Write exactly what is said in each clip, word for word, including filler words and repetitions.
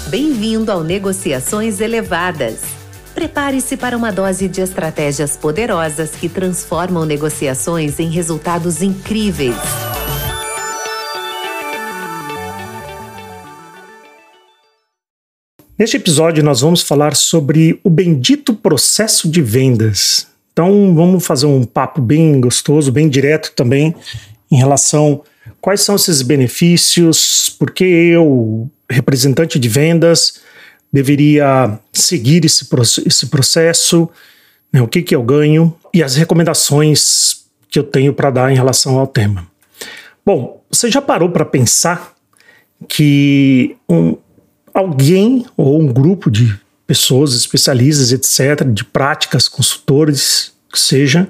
Bem-vindo ao Negociações Elevadas. Prepare-se para uma dose de estratégias poderosas que transformam negociações em resultados incríveis. Neste episódio, nós vamos falar sobre o bendito processo de vendas. Então, vamos fazer um papo bem gostoso, bem direto também, em relação a quais são esses benefícios, por que eu, representante de vendas, deveria seguir esse, esse processo, né, o que, que eu ganho e as recomendações que eu tenho para dar em relação ao tema. Bom, você já parou para pensar que um alguém ou um grupo de pessoas, especialistas, etcétera, de práticas, consultores, que seja,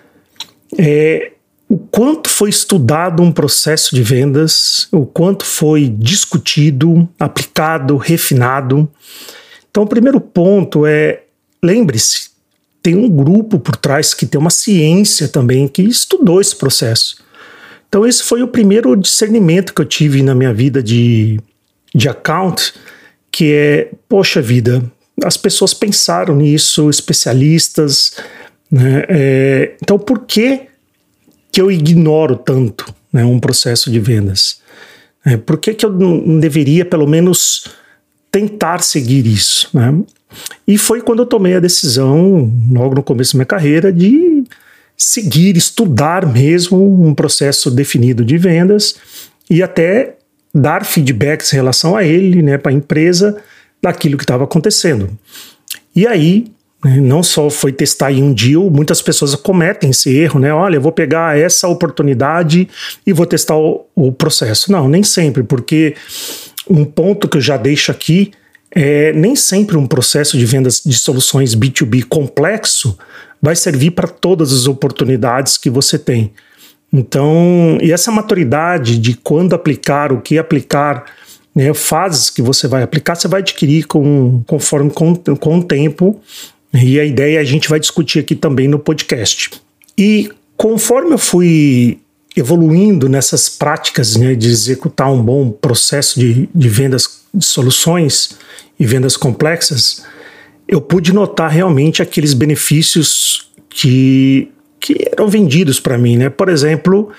é, o quanto foi estudado um processo de vendas, o quanto foi discutido, aplicado, refinado. Então, o primeiro ponto é, lembre-se, tem um grupo por trás que tem uma ciência também que estudou esse processo. Então, esse foi o primeiro discernimento que eu tive na minha vida de, de account, que é, poxa vida, as pessoas pensaram nisso, especialistas, né? É, então por que que eu ignoro tanto, né, um processo de vendas? É, por que que eu não deveria pelo menos tentar seguir isso, né? E foi quando eu tomei a decisão, logo no começo da minha carreira, de seguir, estudar mesmo um processo definido de vendas e até dar feedbacks em relação a ele, né, para a empresa, daquilo que estava acontecendo. E aí, né, não só foi testar em um deal, muitas pessoas cometem esse erro, né? Olha, eu vou pegar essa oportunidade e vou testar o, o processo. Não, nem sempre, porque um ponto que eu já deixo aqui é nem sempre um processo de vendas de soluções B dois B complexo vai servir para todas as oportunidades que você tem. Então, e essa maturidade de quando aplicar, o que aplicar, né, fases que você vai aplicar, você vai adquirir com, conforme com, com o tempo, e a ideia a gente vai discutir aqui também no podcast. E conforme eu fui evoluindo nessas práticas, né, de executar um bom processo de, de vendas de soluções e vendas complexas, eu pude notar realmente aqueles benefícios que que eram vendidos para mim, né? Por exemplo,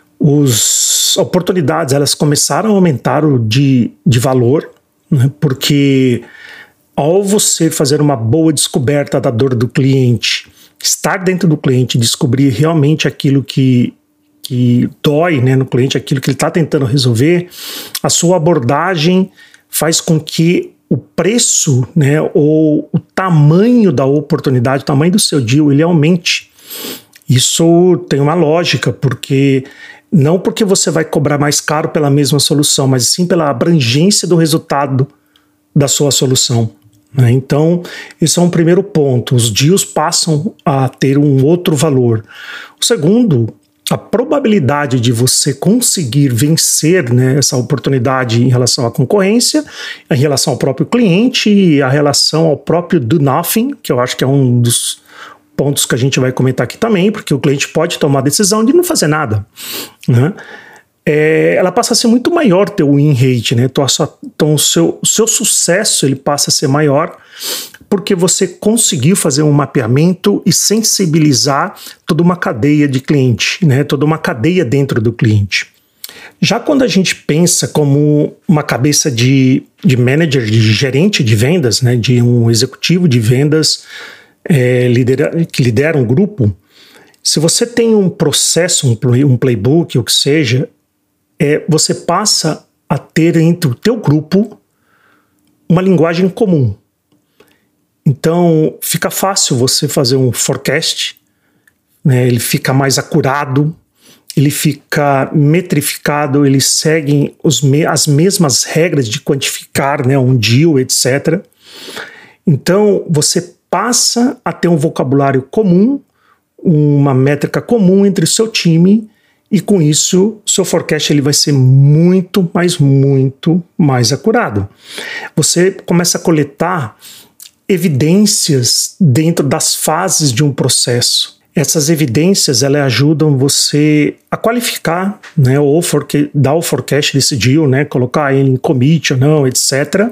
as oportunidades, elas começaram a aumentar o de, de valor, né? Porque ao você fazer uma boa descoberta da dor do cliente, estar dentro do cliente, descobrir realmente aquilo que, que dói, né, no cliente, aquilo que ele está tentando resolver, a sua abordagem faz com que o preço, né, ou o tamanho da oportunidade, o tamanho do seu deal, ele aumente. Isso tem uma lógica, porque não porque você vai cobrar mais caro pela mesma solução, mas sim pela abrangência do resultado da sua solução, né? Então, esse é um primeiro ponto. Os deals passam a ter um outro valor. O segundo, a probabilidade de você conseguir vencer, né, essa oportunidade em relação à concorrência, em relação ao próprio cliente e a relação ao próprio do nothing, que eu acho que é um dos pontos que a gente vai comentar aqui também, porque o cliente pode tomar a decisão de não fazer nada, né? É, ela passa a ser muito maior, teu win rate, né? Então o seu, o seu sucesso ele passa a ser maior porque você conseguiu fazer um mapeamento e sensibilizar toda uma cadeia de cliente, né? Toda uma cadeia dentro do cliente. Já quando a gente pensa como uma cabeça de, de manager, de gerente de vendas, né? De um executivo de vendas, É, lidera, que lidera um grupo, se você tem um processo, um, play, um playbook, ou que seja, é, você passa a ter entre o teu grupo uma linguagem comum. Então, fica fácil você fazer um forecast, né, ele fica mais acurado, ele fica metrificado, eles seguem os me, as mesmas regras de quantificar, né, um deal, etcétera. Então, você passa a ter um vocabulário comum, uma métrica comum entre o seu time, e com isso, o seu forecast ele vai ser muito, mas muito mais acurado. Você começa a coletar evidências dentro das fases de um processo. essas evidências elas ajudam você a qualificar, né, ou forque, dar o forecast desse deal, né, colocar ele em commit ou não, etcétera.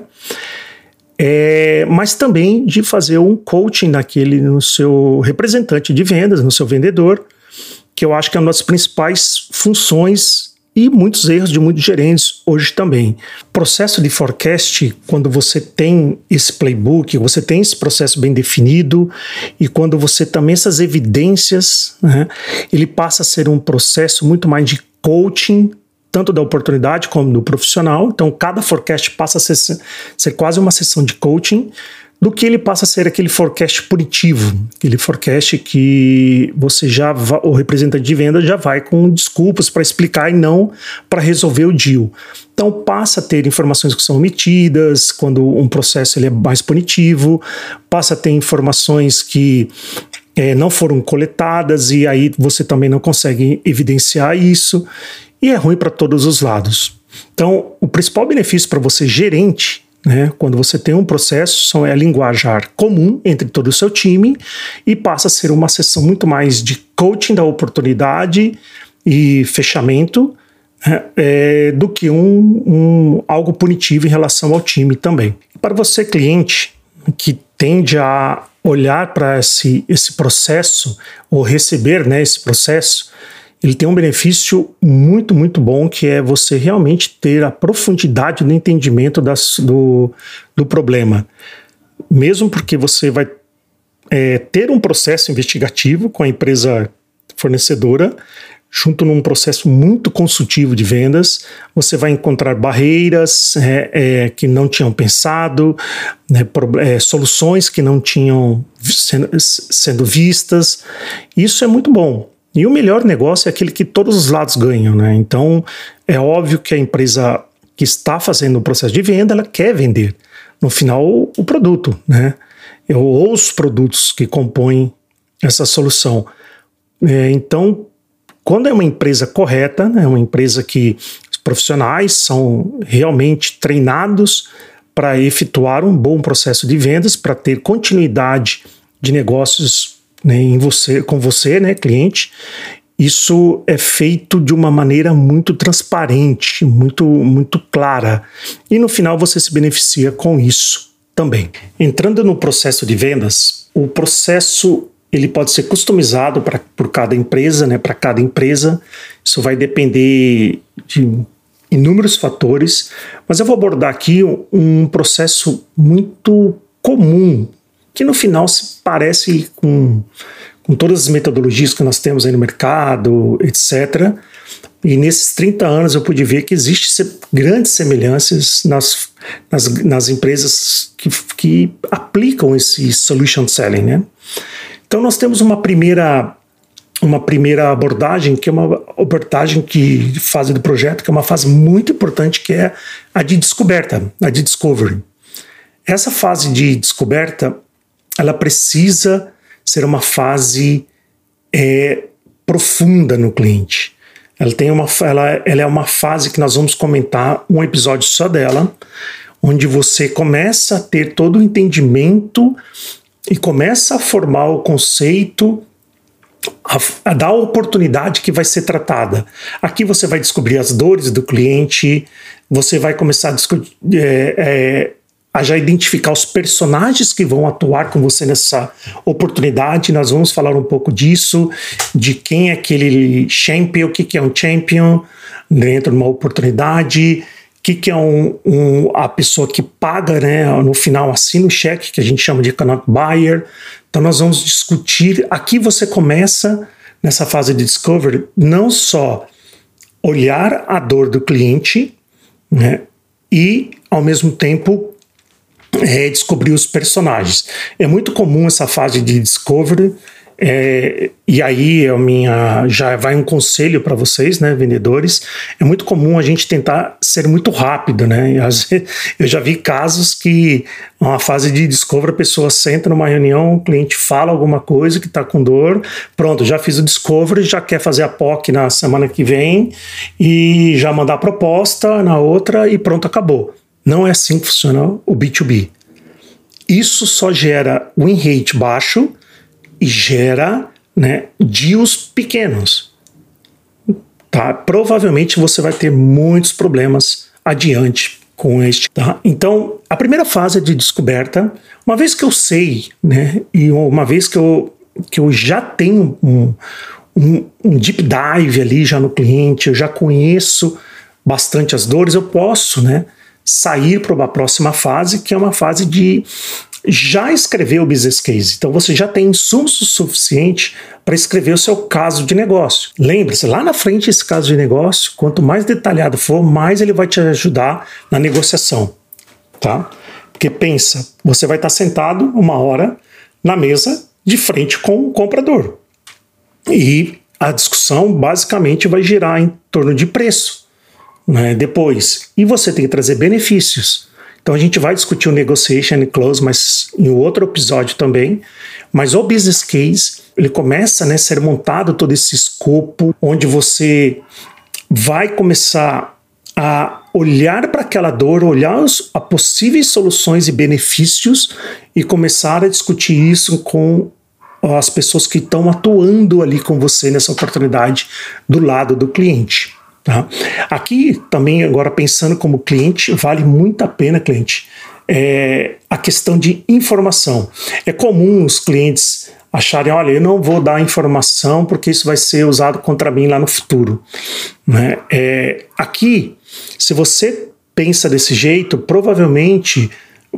É, mas também de fazer um coaching naquele, no seu representante de vendas, no seu vendedor, que eu acho que é uma das principais funções e muitos erros de muitos gerentes hoje também. Processo de forecast, quando você tem esse playbook, você tem esse processo bem definido e quando você também essas evidências, né, ele passa a ser um processo muito mais de coaching, tanto da oportunidade como do profissional. Então, cada forecast passa a ser, ser quase uma sessão de coaching, do que ele passa a ser aquele forecast punitivo, aquele forecast que você já vai, o representante de venda já vai com desculpas para explicar e não para resolver o deal. Então passa a ter informações que são omitidas quando um processo ele é mais punitivo, passa a ter informações que é, não foram coletadas e aí você também não consegue evidenciar isso e é ruim para todos os lados. Então o principal benefício para você gerente, né, quando você tem um processo, é a linguajar comum entre todo o seu time e passa a ser uma sessão muito mais de coaching da oportunidade e fechamento, né, é, do que um, um, algo punitivo em relação ao time também. E para você, cliente, que tende a olhar para esse, esse processo ou receber, né, esse processo, ele tem um benefício muito, muito bom, que é você realmente ter a profundidade do entendimento das, do, do problema. Mesmo porque você vai é, ter um processo investigativo com a empresa fornecedora, junto num processo muito consultivo de vendas, você vai encontrar barreiras é, é, que não tinham pensado, né, pro, é, soluções que não tinham sendo, sendo vistas. Isso é muito bom. E o melhor negócio é aquele que todos os lados ganham, né? Então, é óbvio que a empresa que está fazendo o processo de venda, ela quer vender, no final, o produto, né? Ou os produtos que compõem essa solução. É, então, quando é uma empresa correta, né, uma empresa que os profissionais são realmente treinados para efetuar um bom processo de vendas, para ter continuidade de negócios, né, em você, com você, né, cliente, isso é feito de uma maneira muito transparente, muito, muito clara. E no final você se beneficia com isso também. Entrando no processo de vendas, o processo ele pode ser customizado pra, por cada empresa, né, para cada empresa. Isso vai depender de inúmeros fatores, mas eu vou abordar aqui um, um processo muito comum, que no final se parece com, com todas as metodologias que nós temos aí no mercado, etcétera. E nesses trinta anos eu pude ver que existem grandes semelhanças nas, nas, nas empresas que, que aplicam esse solution selling, né? Então nós temos uma primeira, uma primeira abordagem, que é uma abordagem que fase do projeto, que é uma fase muito importante, que é a de descoberta, a de discovery. Essa fase de descoberta, ela precisa ser uma fase é, profunda no cliente. Ela, tem uma, ela, ela é uma fase que nós vamos comentar um episódio só dela, onde você começa a ter todo o entendimento e começa a formar o conceito, a, a dar a oportunidade que vai ser tratada. Aqui você vai descobrir as dores do cliente, você vai começar a discutir... É, é, a já identificar os personagens que vão atuar com você nessa oportunidade. Nós vamos falar um pouco disso, de quem é aquele champion, o que, que é um champion dentro de uma oportunidade, o que, que é um, um, a pessoa que paga, né, no final assina o cheque, que a gente chama de economic buyer. Então nós vamos discutir, aqui você começa nessa fase de discovery, não só olhar a dor do cliente, né, e ao mesmo tempo É descobrir os personagens. É muito comum essa fase de discovery, é, e aí a minha, já vai um conselho para vocês, né, vendedores. É muito comum a gente tentar ser muito rápido, né? E às vezes, eu já vi casos que uma fase de discovery, a pessoa senta numa reunião, o cliente fala alguma coisa que está com dor, pronto, já fiz o discovery, já quer fazer a P O C na semana que vem e já mandar a proposta na outra e pronto, acabou. Não é assim que funciona o B dois B. Isso só gera win rate baixo e gera né, deals pequenos, tá? Provavelmente você vai ter muitos problemas adiante com este, tá? Então, a primeira fase é de descoberta. Uma vez que eu sei, né, e uma vez que eu, que eu já tenho um, um, um deep dive ali já no cliente, eu já conheço bastante as dores, eu posso, né, sair para uma próxima fase, que é uma fase de já escrever o business case. Então você já tem insumos suficiente para escrever o seu caso de negócio. Lembre-se, lá na frente esse caso de negócio, quanto mais detalhado for, mais ele vai te ajudar na negociação, tá? Porque pensa, você vai estar sentado uma hora na mesa de frente com o comprador. E a discussão basicamente vai girar em torno de preço, né? Depois, e você tem que trazer benefícios. Então a gente vai discutir o negotiation and close, mas em outro episódio também. Mas o business case, ele começa, né, a ser montado todo esse escopo, onde você vai começar a olhar para aquela dor, olhar os, a possíveis soluções e benefícios e começar a discutir isso com as pessoas que estão atuando ali com você nessa oportunidade do lado do cliente. Tá? Aqui também, agora pensando como cliente, vale muito a pena, cliente, é a questão de informação. É comum os clientes acharem, olha, eu não vou dar informação porque isso vai ser usado contra mim lá no futuro, né? É, aqui, se você pensa desse jeito, provavelmente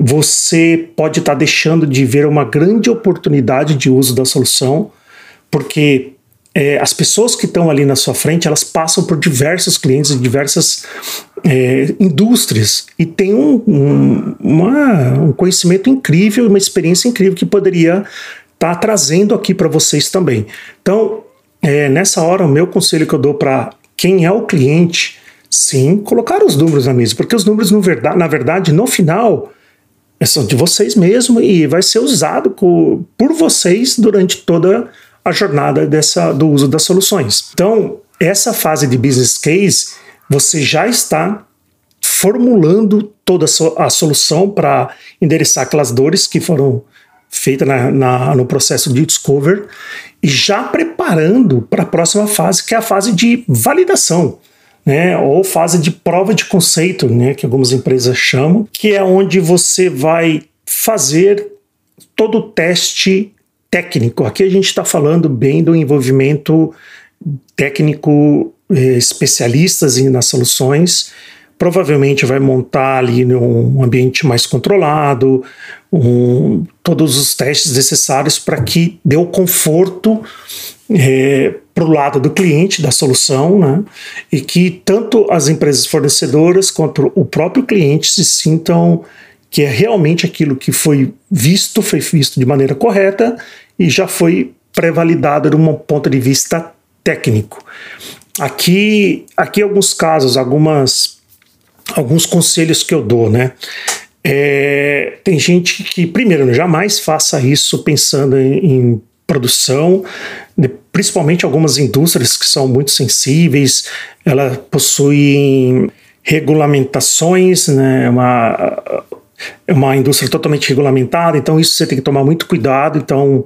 você pode estar deixando de ver uma grande oportunidade de uso da solução, porque É, as pessoas que estão ali na sua frente, elas passam por diversos clientes e diversas é, indústrias e tem um, um, uma, um conhecimento incrível, uma experiência incrível que poderia estar tá trazendo aqui para vocês também. Então, é, nessa hora, o meu conselho que eu dou para quem é o cliente, sim, colocar os números na mesa, porque os números, no verdade, na verdade, no final, são de vocês mesmo e vai ser usado por, por vocês durante toda a a jornada dessa, do uso das soluções. Então, essa fase de business case, você já está formulando toda a solução para endereçar aquelas dores que foram feitas na, na, no processo de discover e já preparando para a próxima fase, que é a fase de validação, né, ou fase de prova de conceito, né, que algumas empresas chamam, que é onde você vai fazer todo o teste técnico. Aqui a gente está falando bem do envolvimento técnico, eh, especialistas nas soluções. Provavelmente vai montar ali num ambiente mais controlado, um, todos os testes necessários para que dê o conforto eh, para o lado do cliente, da solução, né? E que tanto as empresas fornecedoras quanto o próprio cliente se sintam que é realmente aquilo que foi visto, foi visto de maneira correta e já foi pré-validado de um ponto de vista técnico. Aqui, aqui alguns casos, algumas, alguns conselhos que eu dou, né? É, tem gente que, primeiro, jamais faça isso pensando em, em produção, principalmente algumas indústrias que são muito sensíveis, elas possuem regulamentações, né? Uma... É uma indústria totalmente regulamentada, então isso você tem que tomar muito cuidado. Então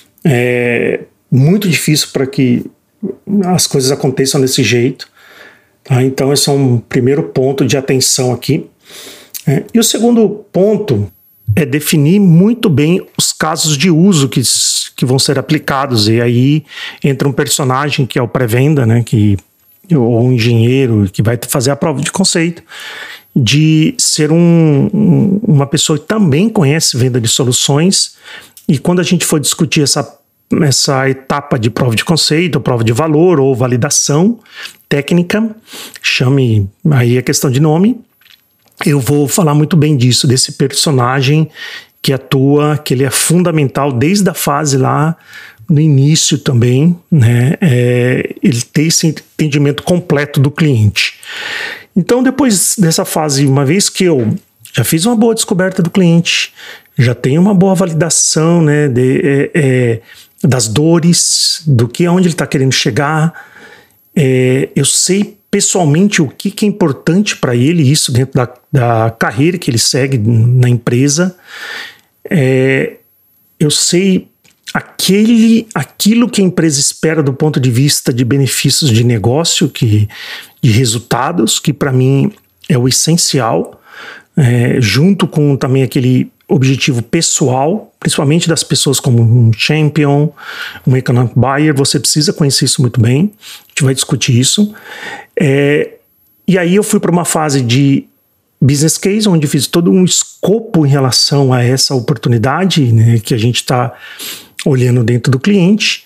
é muito difícil para que as coisas aconteçam desse jeito, tá? Então esse é um primeiro ponto de atenção aqui. É, e o segundo ponto é definir muito bem os casos de uso que, que vão ser aplicados. E aí entra um personagem que é o pré-venda, né, que, ou um engenheiro que vai fazer a prova de conceito, de ser um, um, uma pessoa que também conhece venda de soluções. E quando a gente for discutir essa, essa etapa de prova de conceito, prova de valor ou validação técnica, chame aí a questão de nome, eu vou falar muito bem disso, desse personagem que atua, que ele é fundamental desde a fase lá no início também, né? É, ele tem esse entendimento completo do cliente. Então, depois dessa fase, uma vez que eu já fiz uma boa descoberta do cliente, já tenho uma boa validação, né, de, é, é, das dores, do que aonde ele está querendo chegar, é, eu sei pessoalmente o que, que é importante para ele, isso dentro da, da carreira que ele segue na empresa, é, eu sei aquele, aquilo que a empresa espera do ponto de vista de benefícios de negócio, que, de resultados, que para mim é o essencial, é, junto com também aquele objetivo pessoal, principalmente das pessoas como um champion, um economic buyer. Você precisa conhecer isso muito bem, a gente vai discutir isso. É, e aí eu fui para uma fase de business case, onde fiz todo um escopo em relação a essa oportunidade, né, que a gente está olhando dentro do cliente.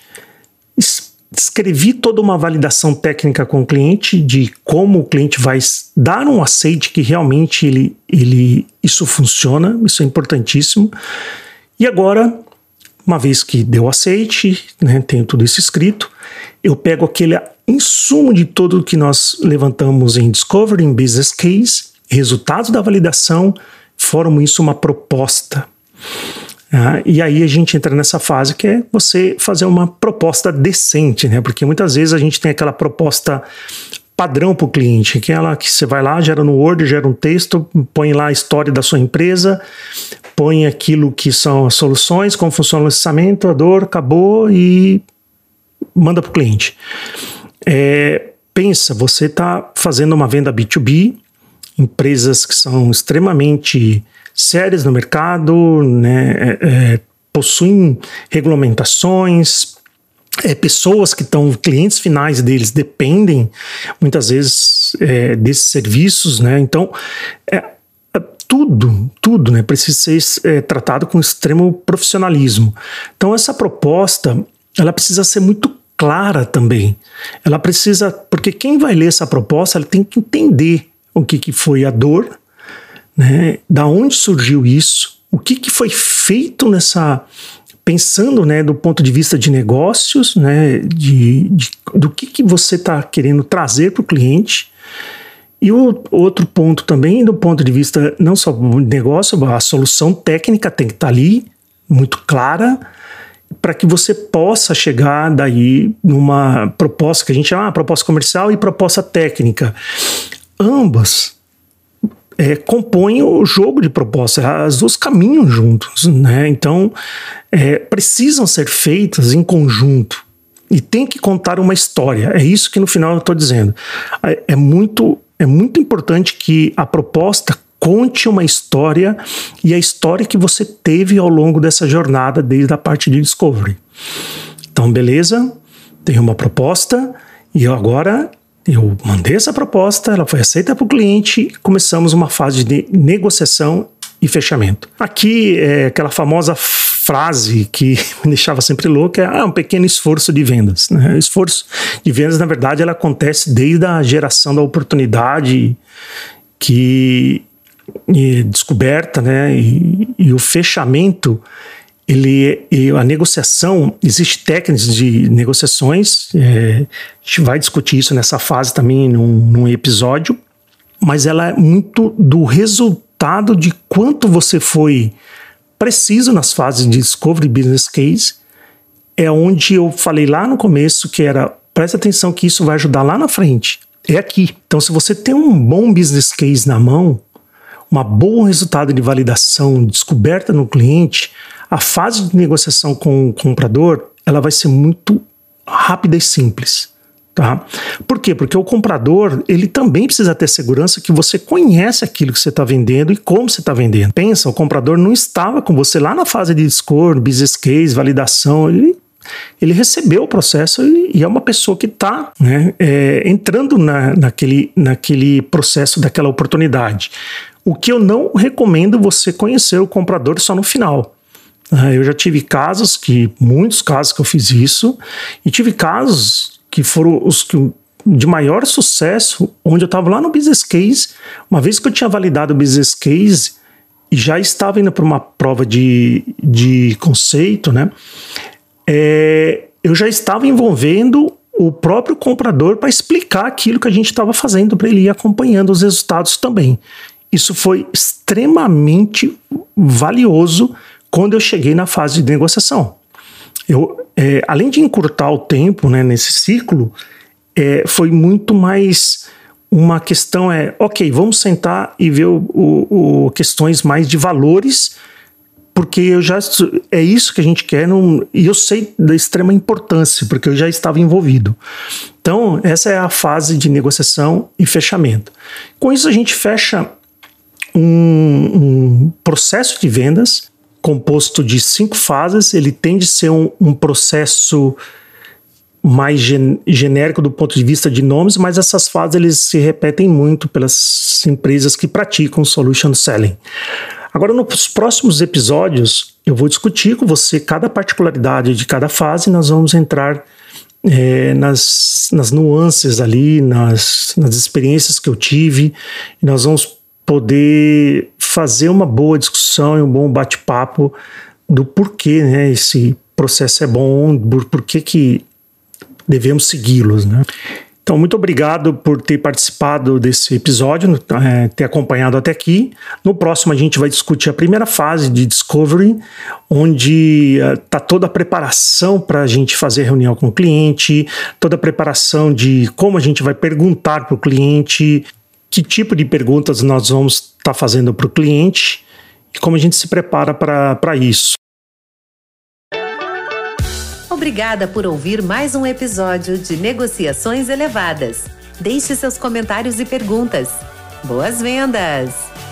Escrevi toda uma validação técnica com o cliente de como o cliente vai dar um aceite que realmente ele, ele, isso funciona, isso é importantíssimo. E agora, uma vez que deu aceite, né, tenho tudo isso escrito, eu pego aquele insumo de tudo que nós levantamos em Discovery, em Business Case, resultados da validação, formo isso uma proposta. Ah, e aí a gente entra nessa fase que é você fazer uma proposta decente, né? Porque muitas vezes a gente tem aquela proposta padrão para o cliente, aquela que você vai lá, gera no Word, gera um texto, põe lá a história da sua empresa, põe aquilo que são as soluções, como funciona o lançamento, a dor, acabou e manda para o cliente. É, pensa, você está fazendo uma venda B dois B, empresas que são extremamente sérias no mercado, né, é, é, possuem regulamentações, é, pessoas que estão, clientes finais deles dependem muitas vezes é, desses serviços, né, então é, é, tudo, tudo né, precisa ser é, tratado com extremo profissionalismo. Então essa proposta, ela precisa ser muito clara também, ela precisa, porque quem vai ler essa proposta, ela tem que entender o que, que foi a dor, né, da onde surgiu isso, o que, que foi feito nessa, pensando, né, do ponto de vista de negócios, né, de, de, do que, que você está querendo trazer para o cliente. E o outro ponto também, do ponto de vista não só do negócio, a solução técnica tem que estar tá ali, muito clara, para que você possa chegar daí numa proposta que a gente chama de proposta comercial e proposta técnica. Ambas É, compõem o jogo de proposta, as duas caminham juntos, né? Então é, precisam ser feitas em conjunto e tem que contar uma história. É isso que no final eu estou dizendo. É, é, muito, é muito importante que a proposta conte uma história e a história que você teve ao longo dessa jornada desde a parte de Discovery. Então, beleza, tem uma proposta e agora eu mandei essa proposta, ela foi aceita para o cliente e começamos uma fase de negociação e fechamento. Aqui é aquela famosa frase que me deixava sempre louco, é ah, um pequeno esforço de vendas. Né? O esforço de vendas, na verdade, ela acontece desde a geração da oportunidade que e descoberta, né? e, e o fechamento. Ele, a negociação, existe técnicas de negociações, é, a gente vai discutir isso nessa fase também num, num episódio, mas ela é muito do resultado de quanto você foi preciso nas fases de Discovery Business Case, é onde eu falei lá no começo que era, presta atenção que isso vai ajudar lá na frente, é aqui. Então se você tem um bom Business Case na mão, um bom resultado de validação, descoberta no cliente, a fase de negociação com o comprador, ela vai ser muito rápida e simples, tá? Por quê? Porque o comprador, ele também precisa ter segurança que você conhece aquilo que você está vendendo e como você está vendendo. Pensa, o comprador não estava com você lá na fase de Discovery, Business Case, validação, ele, ele recebeu o processo e, e é uma pessoa que está, né, é, entrando na, naquele, naquele processo daquela oportunidade. O que eu não recomendo você conhecer o comprador só no final. Eu já tive casos, que muitos casos que eu fiz isso, e tive casos que foram os que, de maior sucesso, onde eu estava lá no Business Case, uma vez que eu tinha validado o Business Case e já estava indo para uma prova de, de conceito, né? É, eu já estava envolvendo o próprio comprador para explicar aquilo que a gente estava fazendo, para ele ir acompanhando os resultados também. Isso foi extremamente valioso quando eu cheguei na fase de negociação. Eu, é, além de encurtar o tempo, né, nesse ciclo, é, foi muito mais uma questão, é, ok, vamos sentar e ver o, o, o, questões mais de valores porque eu já é isso que a gente quer não, e eu sei da extrema importância, porque eu já estava envolvido. Então, essa é a fase de negociação e fechamento. Com isso, a gente fecha um, um processo de vendas composto de cinco fases. Ele tende a ser um, um processo mais gen, genérico do ponto de vista de nomes, mas essas fases eles se repetem muito pelas empresas que praticam solution selling. Agora, nos próximos episódios, eu vou discutir com você cada particularidade de cada fase, e nós vamos entrar é, nas, nas nuances ali, nas, nas experiências que eu tive, e nós vamos poder fazer uma boa discussão e um bom bate-papo do porquê, né, esse processo é bom, por, por que que devemos segui-los, né? Então, muito obrigado por ter participado desse episódio, é, ter acompanhado até aqui. No próximo, a gente vai discutir a primeira fase de Discovery, onde está uh, toda a preparação para a gente fazer reunião com o cliente, toda a preparação de como a gente vai perguntar para o cliente, que tipo de perguntas nós vamos estar tá fazendo para o cliente e como a gente se prepara para isso. Obrigada por ouvir mais um episódio de Negociações Elevadas. Deixe seus comentários e perguntas. Boas vendas!